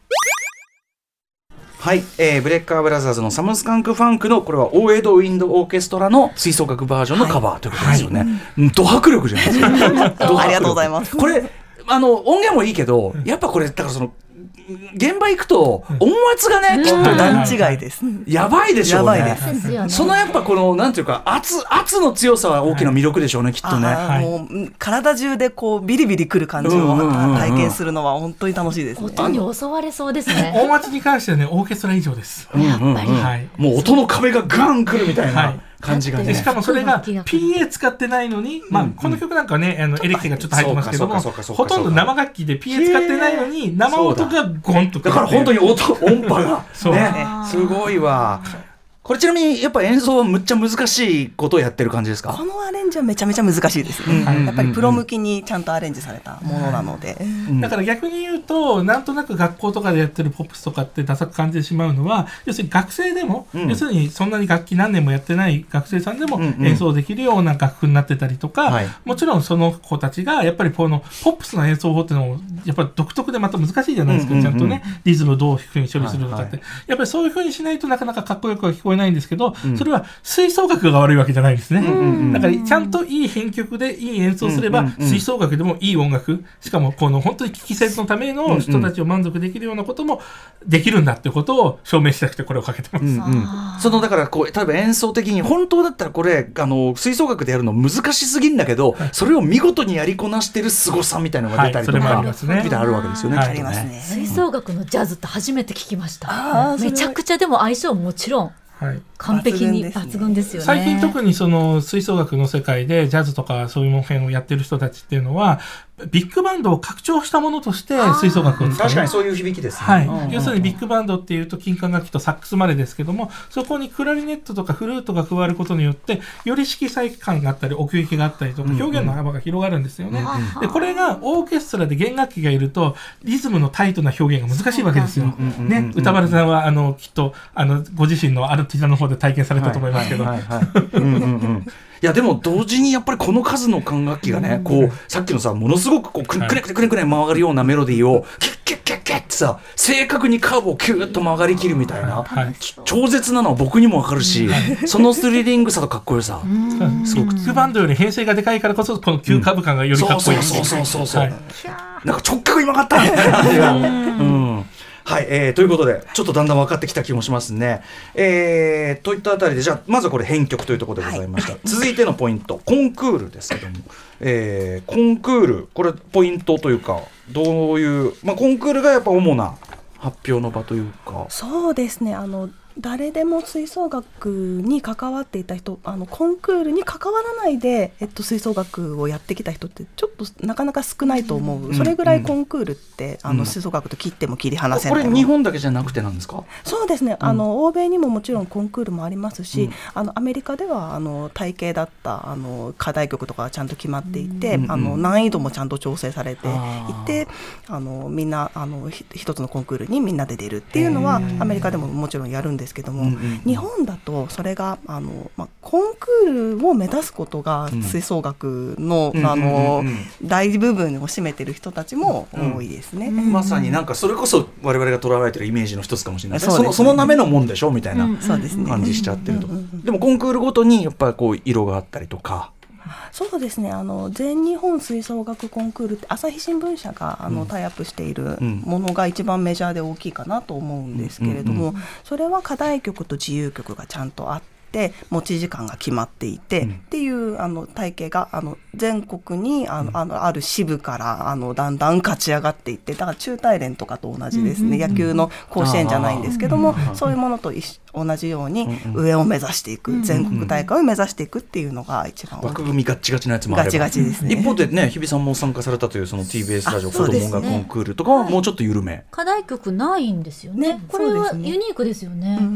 Speaker 1: はい、ブレッカーブラザーズのサムスカンクファンクのこれはオーエイドウィンドオーケストラの吹奏楽バージョンのカバーということですよね。ド迫力じゃないですか。
Speaker 4: ありがとうございます。
Speaker 1: これ音源もいいけど、やっぱこれだからその現場行くと音圧がね、きっと
Speaker 4: 段違いです。
Speaker 1: やばいでしょうね。
Speaker 2: やばいですよね。
Speaker 1: そのやっぱこのなんていうか圧の強さは大きな魅力でしょうね、きっとね。
Speaker 4: もう体中でこうビリビリくる感じを体験するのは本当に楽しいですね。
Speaker 2: 音に襲われそうですね。
Speaker 3: 音圧に関してはね、オーケストラ以上です。
Speaker 2: やっぱり、
Speaker 1: もう音の壁がガンくるみたいな感じがね。
Speaker 3: しかもそれが PA 使ってないのに、この曲なんかはね、エレキがちょっと入ってますけども、ほとんど生楽器で PA 使ってないのに生音がゴンとくる。
Speaker 1: だから本当に音波がね、すごいわ。これちなみにやっぱ演奏はむっちゃ難しいことをやってる感じですか？
Speaker 4: このアレンジはめちゃめちゃ難しいですね。やっぱりプロ向きにちゃんとアレンジされたものなので、
Speaker 3: だから逆に言うと、なんとなく学校とかでやってるポップスとかってダサく感じてしまうのは、要するに学生でも、要するにそんなに楽器何年もやってない学生さんでも演奏できるような楽譜になってたりとか、もちろんその子たちがやっぱりこのポップスの演奏法っていうのもやっぱり独特でまた難しいじゃないですか。ちゃんとね、リズムをどういうふうに処理するのかって、やっぱりそういうふうにしないとなかなかかっこよくは聞こえないんですけど、それは吹奏楽が悪いわけじゃないですね。だからちゃんといい編曲でいい演奏すれば、吹奏楽でもいい音楽、しかもこの本当に聴き手のための人たちを満足できるようなこともできるんだっていうことを証明したくてこれをかけてます。
Speaker 1: そのだからこう例えば演奏的に本当だったらこれ吹奏楽でやるの難しすぎんだけど、それを見事にやりこなしてる凄さみたいなのが出たりとか、みたいなあるわけですよね。
Speaker 4: ありますね。
Speaker 2: 吹奏楽のジャズって初めて聞きました。めちゃくちゃでも相性もちろん完璧に抜群ですよね。
Speaker 3: 最近特にその吹奏楽の世界でジャズとかそういうものをやってる人たちっていうのはビッグバンドを拡張したものとして吹奏楽を使う。
Speaker 1: 確かにそういう響きですね。
Speaker 3: 要するにビッグバンドっていうと金管楽器とサックスまでですけども、そこにクラリネットとかフルートが加わることによってより色彩感があったり奥行きがあったりとか表現の幅が広がるんですよね。でこれがオーケストラで弦楽器がいるとリズムのタイトな表現が難しいわけですよ。ね、歌丸さんはきっとご自身のあるティザの方で体験されたと思いますけど。
Speaker 1: いやでも同時にやっぱりこの数の管楽器がね、こうさっきのさものすごくこうくねくねくねくね回るようなメロディーをキュッキュッキュッキュッってさ正確にカーブをキューッと曲がりきるみたいな、超絶なのは僕にも分かるし、そのスリリングさとかっこよさすごく。
Speaker 3: ビッグバンドより編成がでかいからこそこの急カーブ感がよりかっこいい。
Speaker 1: そうなんか直角に曲がったみたいな感じが。はい、ということでちょっとだんだん分かってきた気もしますね。といったあたりでじゃあまずはこれ編曲というところでございました。続いてのポイントコンクールですけども、コンクールこれポイントというかどういう、コンクールがやっぱ主な発表の場というか。そうですね、
Speaker 4: 誰でも吹奏楽に関わっていた人、コンクールに関わらないで、吹奏楽をやってきた人ってちょっとなかなか少ないと思う。それぐらいコンクールって吹奏楽と切っても切り離せない。
Speaker 1: これ日本だけじゃなくてなんですか？
Speaker 4: そうですね、欧米にももちろんコンクールもありますし、アメリカでは体系だった課題曲とかがちゃんと決まっていて、難易度もちゃんと調整されていて、みんな一つのコンクールにみんなで出るっていうのはアメリカでももちろんやるんですけども、日本だとそれがコンクールを目指すことが吹奏楽の、大部分を占めてる人たちも多いですね。
Speaker 1: まさになんかそれこそ我々が捉えてるイメージの一つかもしれないですね。そのためのもんでしょみたいな感じしちゃってると。でもコンクールごとにやっぱりこう色があったりとか。
Speaker 4: そうですね、全日本吹奏楽コンクールって朝日新聞社がタイアップしているものが一番メジャーで大きいかなと思うんですけれども、それは課題曲と自由曲がちゃんとあって、持ち時間が決まっていて、っていう体系が全国にある支部からだんだん勝ち上がっていって、だから中大連とかと同じですね、野球の甲子園じゃないんですけども、そういうものと同じように上を目指していく、全国大会を目指していくっていうのが一番
Speaker 1: 枠組みガッチガチなやつもあれば、
Speaker 4: ガチガチですね。
Speaker 1: 一方でね、日比さんも参加されたというその TBS ラジオ子ども音楽コンクールとかはもうちょっと緩め、
Speaker 2: 課題曲ないんですよね。これはユニークですよね。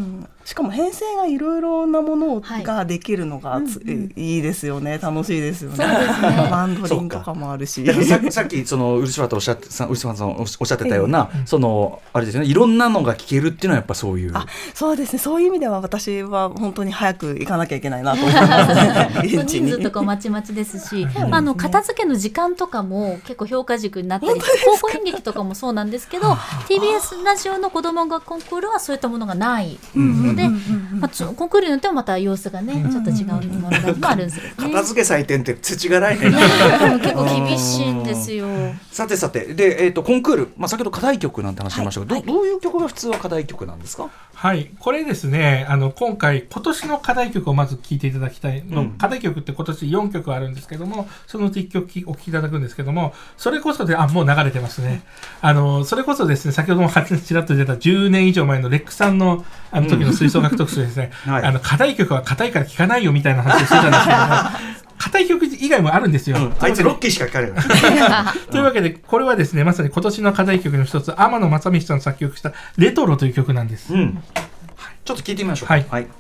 Speaker 4: しかも編成がいろいろなものができるのが、いいですよね。楽しいですよね。マンドリンとかもあるし。
Speaker 1: さっきそのウルスファーさんおっしゃってたような、そのあれですよね、いろんなのが聞けるっていうのはやっぱそういう。
Speaker 4: そうですね。そういう意味では私は本当に早く行かなきゃいけないなと思いますね。
Speaker 2: 人数とかまちまちですし、片付けの時間とかも結構評価軸になったり、高校演劇とかもそうなんですけど、TBS ラジオの子どもがコンクールはそういったものがないので、コンクールによってはまた様子がねちょっと違うものがあるんですよね。
Speaker 1: 片付け採点って土がないね。
Speaker 2: 結構厳しいんですよ。
Speaker 1: さてで、コンクール、先ほど課題曲なんて話しましたけど、どういう曲が普通は課題曲なんですか？
Speaker 3: はい、これですね、今年の課題曲をまず聴いていただきたいの、課題曲って今年4曲あるんですけども、そのうち1曲お聴きいただくんですけども、それこそで、もう流れてますね。それこそですね、先ほどもちらっと出た10年以上前のレックさんの時の吹奏楽特集ですね、課題曲は硬いから聴かないよみたいな話をしてたんですけども、硬い曲以外もあるんですよ。
Speaker 1: あいつロッキーしか聴かない
Speaker 3: というわけで、これはですね、まさに今年の課題曲の一つ、天野正道さんの作曲したレトロという曲なんです。
Speaker 1: ちょっと聞いてみましょう。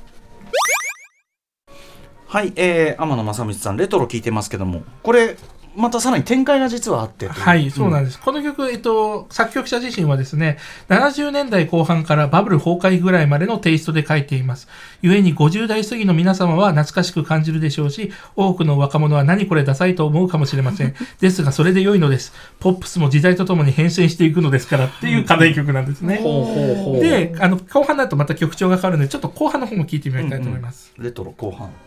Speaker 1: はい、天野正道さんレトロ聞いてますけども、これまたさらに展開が実はあって。
Speaker 3: はい、そうなんです。この曲、作曲者自身はですね、70年代後半からバブル崩壊ぐらいまでのテイストで書いています。故に50代過ぎの皆様は懐かしく感じるでしょうし、多くの若者は何これダサいと思うかもしれません。ですが、それで良いのです。ポップスも時代とともに変遷していくのですからっていう課題曲なんですね。で、後半だとまた曲調が変わるので、ちょっと後半の方も聞いてみたいと思います。
Speaker 1: レトロ後半。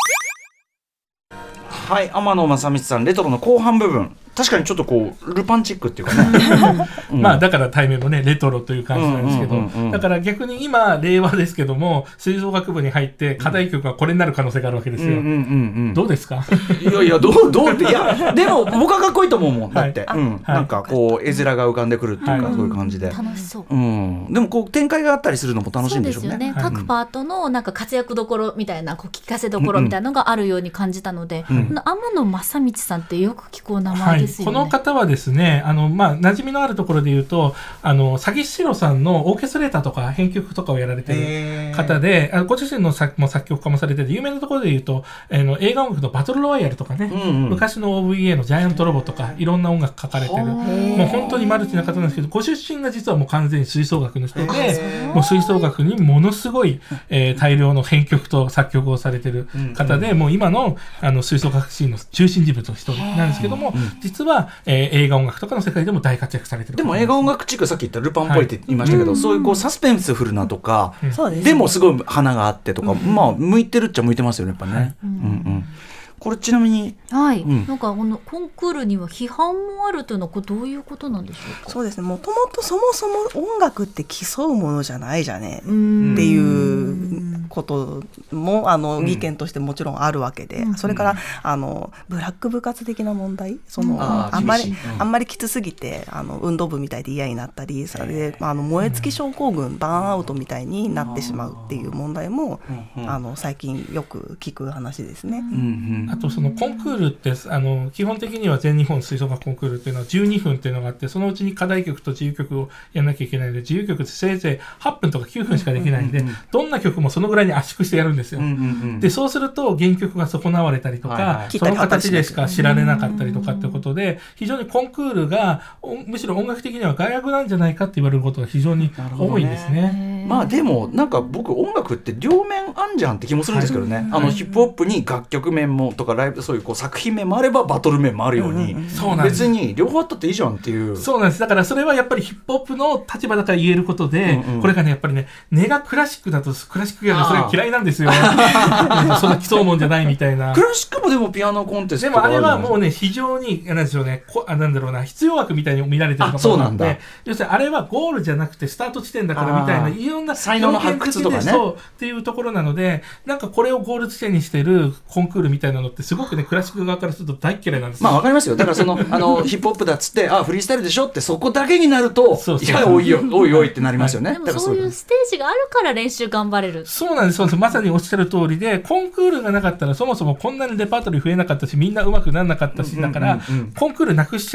Speaker 1: はい、天野正道さんレトロの後半部分、確かにちょっとこうルパンチックっていうかね
Speaker 3: だから題名もねレトロという感じなんですけど、だから逆に今令和ですけども、吹奏楽部に入って課題曲がこれになる可能性があるわけですよ。どうですか？
Speaker 1: いやどうって、いやでも僕はかっこいいと思うもんだって、なんかこう絵面が浮かんでくるっていうか、そういう感じで
Speaker 2: 楽しそう。
Speaker 1: でもこう展開があったりするのも楽しいんでしょうね。
Speaker 2: そうですよね。各パートのなんか活躍どころみたいな、こう聞かせどころみたいなのがあるように感じたので、天野正道さんってよく聞くお名前ですよね。
Speaker 3: この方はですね、馴染みのあるところで言うと、詐欺師郎さんのオーケストレーターとか編曲とかをやられている方で、ご自身の作曲家もされてて、有名なところで言うと、映画音楽のバトルロワイヤルとかね、昔の OVA のジャイアントロボとか、いろんな音楽書かれてる、もう本当にマルチな方なんですけど、ご出身が実はもう完全に吹奏楽の人で、もう吹奏楽にものすごい、大量の編曲と作曲をされてる方で、もう今の吹奏楽シーンの中心人物の一人なんですけども、実は、映画音楽とかの世界でも大活躍されてる。
Speaker 1: でも映画音楽地区、さっき言ったルパンっぽいって言いましたけど、そういうこうサスペンスフルなとか、でもすごい花があってとか、向いてるっちゃ向いてますよね、やっぱね。これちなみに、
Speaker 2: なんかこのコンクールには批判もあるというのはこれどういうことなんでしょうか？
Speaker 4: そうですね。もともとそもそも音楽って競うものじゃないじゃねっていうことも意見としてもちろんあるわけで、それからブラック部活的な問題、あんまりきつすぎて運動部みたいで嫌になったり、それで燃え尽き症候群、バーンアウトみたいになってしまうっていう問題も最近よく聞く話ですね。
Speaker 3: あとそのコンクールって基本的には全日本吹奏楽コンクールっていうのは12分っていうのがあって、そのうちに課題曲と自由曲をやらなきゃいけないので、自由曲ってせいぜい8分とか9分しかできないんで、どんな曲もそのぐらいに圧縮してやるんですよ。でそうすると原曲が損なわれたりとか、その形でしか知られなかったりとかってことで、非常にコンクールがむしろ音楽的には害悪なんじゃないかって言われることが非常に多いんですね。
Speaker 1: でもなんか僕音楽って両面あんじゃんって気もするんですけどね。ヒップホップに楽曲面もとかライブ、そういう作品面もあればバトル面もあるように、別に両方あったっていいじゃんっていう。
Speaker 3: そうなんです。だからそれはやっぱりヒップホップの立場だから言えることで、これがねやっぱりね、根がクラシックだとクラシック系はそれが嫌いなんですよ。そんな競うもんじゃないみたいな。
Speaker 1: クラシックもでもピアノコンテスト
Speaker 3: でもあれはもうね非常になんでしょうね、なんだろうな、必要枠みたいに見られてるところなので、要するにあれはゴールじゃなくてスタート地点だからみたいな、いろんな
Speaker 1: 才能の発掘とかね、
Speaker 3: そうっていうところなので、なんかこれをゴール地点にしてるコンクールみたいなのってすごくねクラシック側からすると大嫌いなんですよ。
Speaker 1: わかりますよ。だからヒップホップだっつってフリースタイルでしょってそこだけになると、いやおいおいってなりますよね。
Speaker 2: でもそういうステージがあるから練習頑張れる。
Speaker 3: そうなんです。まさにおっしゃる通りで、コンクールがなかったらそもそもこんなにレパートリー増えなかったし、みんな上手くならなかったし、だからコンクールなくしちゃえって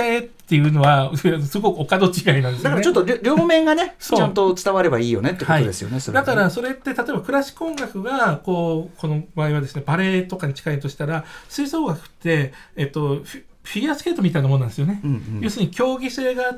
Speaker 3: っていうのはすごくお門違いなんですよね。
Speaker 1: だからちょっと両面がねちゃんと伝わればいいよねってことですよね。
Speaker 3: だからそれって例えばクラシック音楽がこの場合はですねバレエとかに近いとしたら、吹奏楽ってフィギュアスケートみたいなものなんですよね、要するに競技性があって、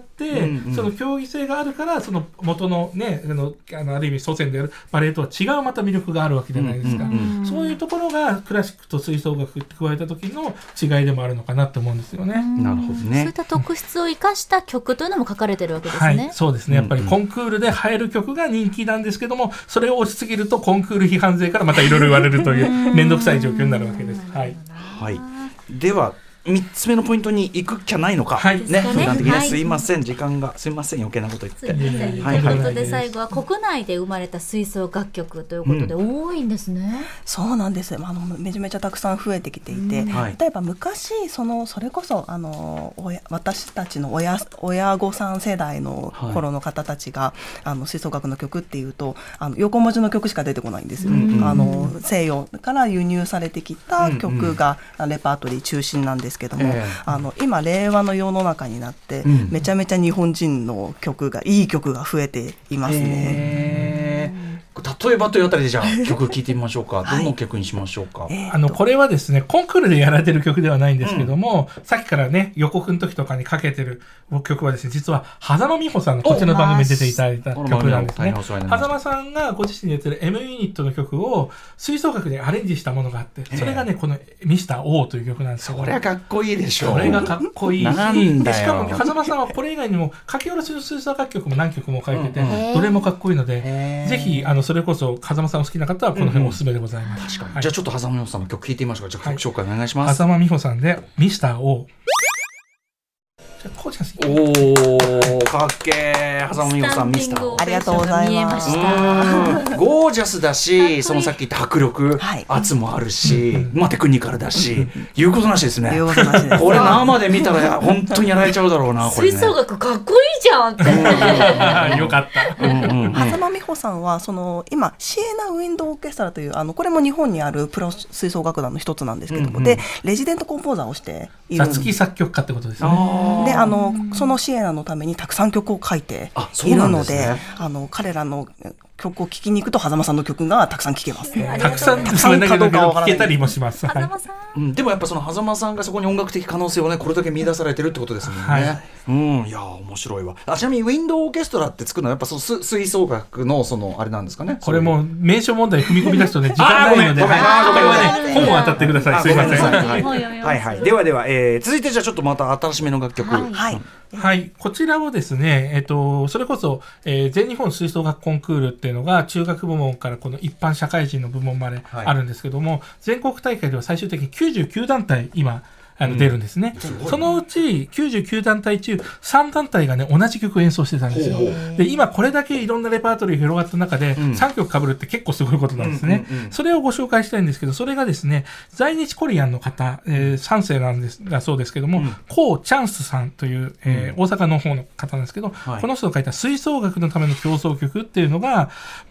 Speaker 3: その競技性があるからその元のねある意味祖先であるバレエとは違うまた魅力があるわけじゃないですか、そういうところがクラシックと吹奏楽って加えた時の違いでもあるのかなと思うんですよね。
Speaker 1: なるほどね。
Speaker 2: そういった特質を生かした曲というのも書かれてるわけですね。
Speaker 3: そうですね。やっぱりコンクールで映える曲が人気なんですけども、それを押しすぎるとコンクール批判勢からまたいろいろ言われるという面倒くさい状況になるわけです。
Speaker 1: では3つ目のポイントに行くっきゃないのか、ね、普段的にすいません、時間がすいません余計なこと言って。
Speaker 2: ということで最後は国内で生まれた吹奏楽曲ということで多いんですね。
Speaker 4: そうなんです。めちゃめちゃたくさん増えてきていて、例えば昔それこそ私たちの親御さん世代の頃の方たちが、吹奏楽の曲っていうと横文字の曲しか出てこないんですよ、西洋から輸入されてきた曲がレパートリー中心なんですけども、今令和の世の中になって、めちゃめちゃ日本人のいい曲が増えていますね。
Speaker 1: 例えばというあたりでじゃあ曲聴いてみましょうか。どの曲にしましょうか。
Speaker 3: これはですねコンクールでやられてる曲ではないんですけども、さっきからね予告の時とかにかけてる曲はですね、実は狭間美穂さんのこっちの番組に出ていただいた曲なんですね。狭間さんがご自身でやってる M ユニットの曲を吹奏楽でアレンジしたものがあって、それがねこのミスター O という曲なんですよ。
Speaker 1: それはかっこいいでしょう。
Speaker 3: それがかっこいいし、
Speaker 1: なんだよ。
Speaker 3: しかも狭間さんはこれ以外にも書き下ろしの吹奏楽曲も何曲も書いてて、どれもかっこいいので、ぜひそれこそ狭間さんお好きな方はこの辺おすすめでございます。
Speaker 1: 確かに。じゃあちょっと狭間美穂さんの曲聴いてみましょうか。じゃあ曲紹介お願いします。
Speaker 3: 狭間美穂さんでミスター O。
Speaker 1: おーかっけー。狭間美穂さんミスター。
Speaker 4: ありがとうございます。
Speaker 1: ゴージャスだし、そのさっき言った迫力、圧もあるし、テクニカルだし、言うことなしですね。これ生で見たら本当にやられちゃうだろうな。これね、
Speaker 2: 吹奏楽かっこいいじゃんって
Speaker 3: よかった。
Speaker 4: 狭間美穂さんは今シエナウィンドオーケストラというこれも日本にあるプロ吹奏楽団の一つなんですけども、でレジデントコンポーザーをしている。
Speaker 3: 月作曲家ってことですね。
Speaker 4: でそのシエナのためにたくさん曲を書いているので、彼らの曲を聴きに行くと狭間さんの曲がたくさん聴けます。
Speaker 3: たくさん聴けたりもします。
Speaker 1: でもやっぱその狭間さんがそこに音楽的可能性をねこれだけ見出されてるってことですもんね。いや面白いわ。ちなみにウィンドウオーケストラって作るのはやっぱその吹奏楽のあれなんですかね。
Speaker 3: これも名称問題踏み込み出すとね時間ないので、本を当たってください。すいません。
Speaker 1: はい。では続いてじゃあちょっとまた新しめの楽曲。
Speaker 3: こちらをですね、それこそ、全日本吹奏楽コンクールっていうのが中学部門からこの一般社会人の部門まであるんですけども、全国大会では最終的に99団体今出るんですね。そのうち99団体中3団体がね同じ曲を演奏してたんですよ。で今これだけいろんなレパートリーが広がった中で3曲被るって結構すごいことなんですね。それをご紹介したいんですけど、それがですね在日コリアンの方、3世なんですだそうですけども、コー・チャンスさんという、大阪の方の方なんですけど、この人が書いた吹奏楽のための競争曲っていうのが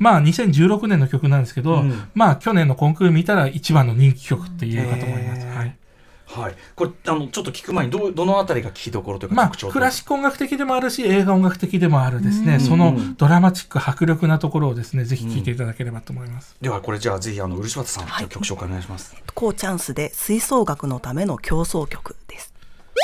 Speaker 3: 2016年の曲なんですけど、去年のコンクール見たら一番の人気曲って言えるかと思います。
Speaker 1: これちょっと聞く前にどのあたりが聞きどころというか特徴
Speaker 3: クラシック音楽的でもあるし映画音楽的でもあるですね、そのドラマチック迫力なところをですねぜひ聴いていただければと思います。
Speaker 1: ではこれじゃあぜひ漆畑さん、曲紹介お願いします。
Speaker 4: コーチャンスで吹奏楽のための競争曲です。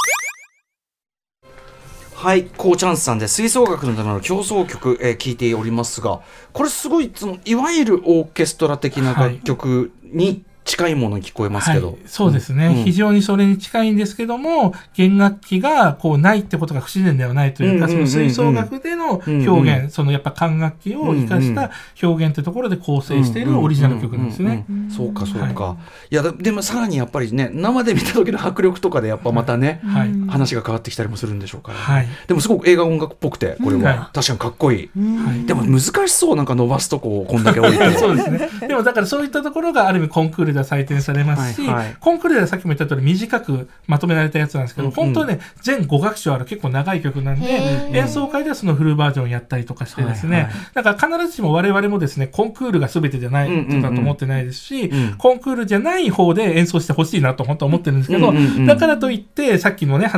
Speaker 1: はい、コーチャンスさんで吹奏楽のための競争曲、聴いておりますが、これすごいいわゆるオーケストラ的な楽曲に近いものに聞こえますけど、
Speaker 3: そうですね、非常にそれに近いんですけども、弦楽器がないってことが不自然ではないというか、その吹奏楽での表現、そのやっぱ管楽器を生かした表現ってところで構成しているオリジナル曲なんですね。
Speaker 1: そうか。いやでもさらにやっぱりね生で見た時の迫力とかでやっぱまたね、話が変わってきたりもするんでしょうから、でもすごく映画音楽っぽくてこれは確かにかっこいい。でも難しそう、なんか伸ばすとこをこんだけ置いて
Speaker 3: そうですね。でもだからそういったところがある意味コンクールで採点されますし、コンクールではさっきも言った通り短くまとめられたやつなんですけど、本当はね全5楽章ある結構長い曲なんで、演奏会ではそのフルバージョンやったりとかしてですね、だから必ずしも我々もですねコンクールが全てじゃないとだと思ってないですし、コンクールじゃない方で演奏してほしいなと本当は思ってるんですけど、だからといってさっきのね狭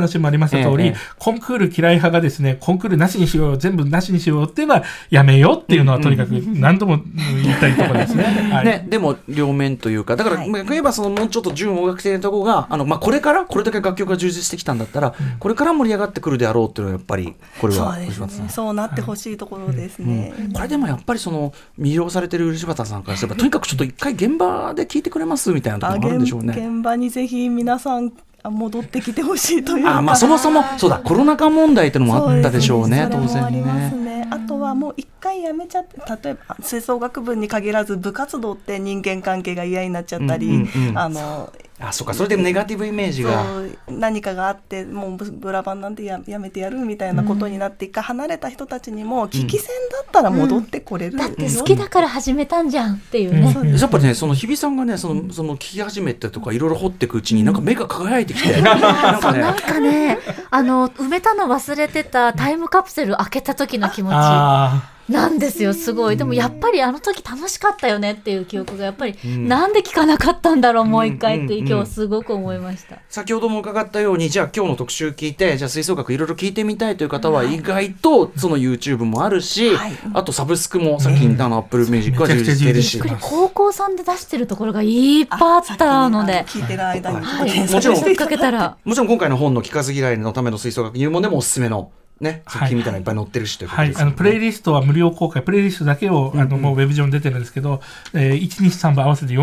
Speaker 3: 話もありました通り、コンクール嫌い派がですね、コンクールなしにしよう、全部なしにしようっていうのはやめようっていうのはとにかく何度も言いたいところですね。はい、
Speaker 1: ね、でも両面というか、だから、言えばそのもうちょっと純音楽的なところがこれからこれだけ楽曲が充実してきたんだったら、これから盛り上がってくるであろうっていうのはやっぱりこれは
Speaker 4: そうですね、そうなってほしいところですね。
Speaker 1: これでもやっぱりその魅了されてる漆畑さんからすれば、とにかくちょっと一回現場で聞いてくれますみたいなところもあるんでしょうね。
Speaker 4: 現場にぜひ皆さん戻ってきてほしいというか、
Speaker 1: そもそもそうだ、コロナ禍問題っていうのもあったでしょうね、当然ね。
Speaker 4: それもありますね。あとはもう一回やめちゃって、例えば吹奏楽部に限らず部活動って人間関係が嫌になっちゃったり、
Speaker 1: そうか、それでネガティブイメージが
Speaker 4: 何かがあって、もうブラバンなんて やめてやるみたいなことになって、一回離れた人たちにも危機戦だったら戻ってこれる、
Speaker 2: だって好きだから始めたんじゃんっていうね、
Speaker 1: やっぱりね、その日比さんがね、その聞き始めてとかいろいろ掘っていくうちになんか目が輝いてきて、
Speaker 2: なんかね埋めたの忘れてたタイムカプセル開けた時の気持ちなんですよ。すごい。でもやっぱりあの時楽しかったよねっていう記憶がやっぱり、なんで聞かなかったんだろうもう一回って今日すごく思いました。
Speaker 1: 先ほども伺ったように、じゃあ今日の特集聞いて、じゃあ吹奏楽いろいろ聞いてみたいという方は意外とその YouTube もあるし、あとサブスクもさっき言ったApple Music は充実してるし、
Speaker 2: 高校さんで出してるところがいっぱいあったので、
Speaker 4: 聞いてる間に
Speaker 1: もちろん
Speaker 2: かけたら、
Speaker 1: もちろん今回の本の聞かず嫌いのための吹奏楽入門でもおすすめのね、作品みたいなのいっぱい載ってるしということですね。
Speaker 3: プレイリストは無料公開、プレイリストだけをもうウェブ上に出てるんですけど、1、2、3番合わせて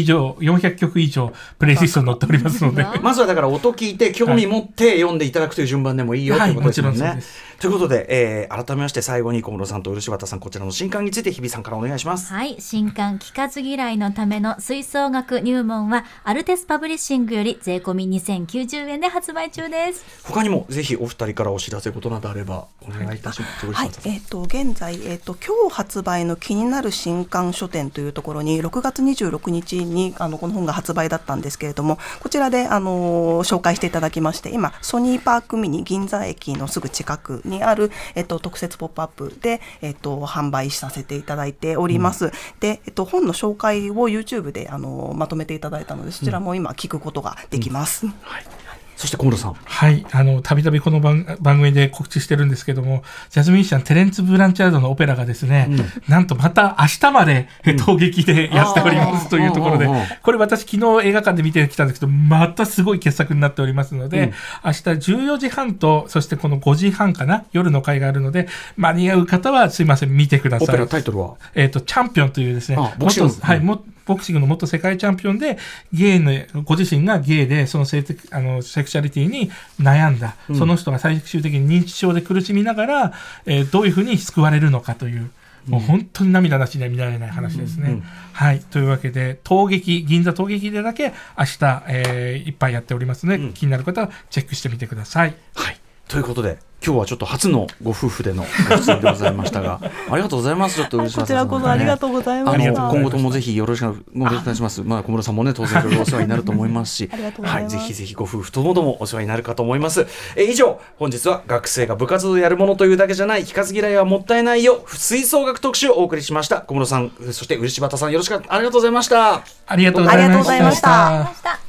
Speaker 3: 400曲以上プレイリストに載っておりますので
Speaker 1: まずはだから音聞いて興味持って読んでいただくという順番でもいいよということですもんね。ということで、改めまして最後に小室さんと漆畑さん、こちらの新刊について日比さんからお願いします。
Speaker 2: はい、新刊聞かず嫌いのための吹奏楽入門はアルテスパブリッシングより税込み2090円で発売中です。
Speaker 1: 他にもぜひお二人からお知らせことなどあればお願いいたします。
Speaker 4: はい、現在、今日発売の気になる新刊書店というところに6月26日にこの本が発売だったんですけれども、こちらで紹介していただきまして、今ソニーパークミニ銀座駅のすぐ近くにある、特設ポップアップで、販売させていただいております。で、本の紹介を YouTube でまとめていただいたので、そちらも今聞くことができます。
Speaker 1: はい、そして小室さん、
Speaker 3: はい、たびたびこの番組で告知してるんですけども、ジャズミュージシャンテレンツ・ブランチャードのオペラがですね、なんとまた明日まで陶劇でやっておりますというところで、これ私昨日映画館で見てきたんですけど、またすごい傑作になっておりますので、明日14時半とそしてこの5時半かな、夜の回があるので、間に合う方はすいません見てください。
Speaker 1: オペラタイトルは
Speaker 3: チャンピオンというですね、ボクシングの元世界チャンピオンで、ご自身がゲイでそのセクシャリティに悩んだ、その人が最終的に認知症で苦しみながら、どういうふうに救われるのかという、もう本当に涙なしには見られない話ですね。はい、というわけで銀座陶劇でだけ明日、いっぱいやっておりますので、気になる方はチェックしてみてください。
Speaker 1: はい、ということで今日はちょっと初のご夫婦でのご出演でございましたがありがとうございます。ちょっと漆畑さん、
Speaker 4: こちらこそありがとうございました。
Speaker 1: 今後ともぜひよろしくお願いします。小室さんもね、当然いろいろお世話になると思いますしはい、ぜひぜひご夫婦ともどもお世話になるかと思います。以上、本日は学生が部活動をやるものというだけじゃない、聞かず嫌いはもったいないよ吹奏楽特集をお送りしました。小室さん、そして漆畑さん、よろしくありがとうございました。
Speaker 3: ありがとうございました。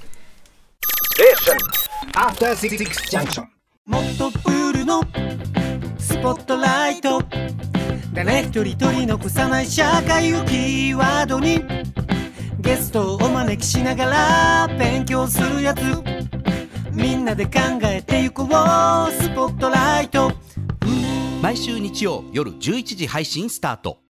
Speaker 5: After 66 junction。 もっとプールのスポットライト、誰一人取り残さない社会をキーワードにゲストをお招きしながら勉強するやつ、みんなで考えてゆこうスポットライト。
Speaker 6: 毎週日曜夜11時配信スタート。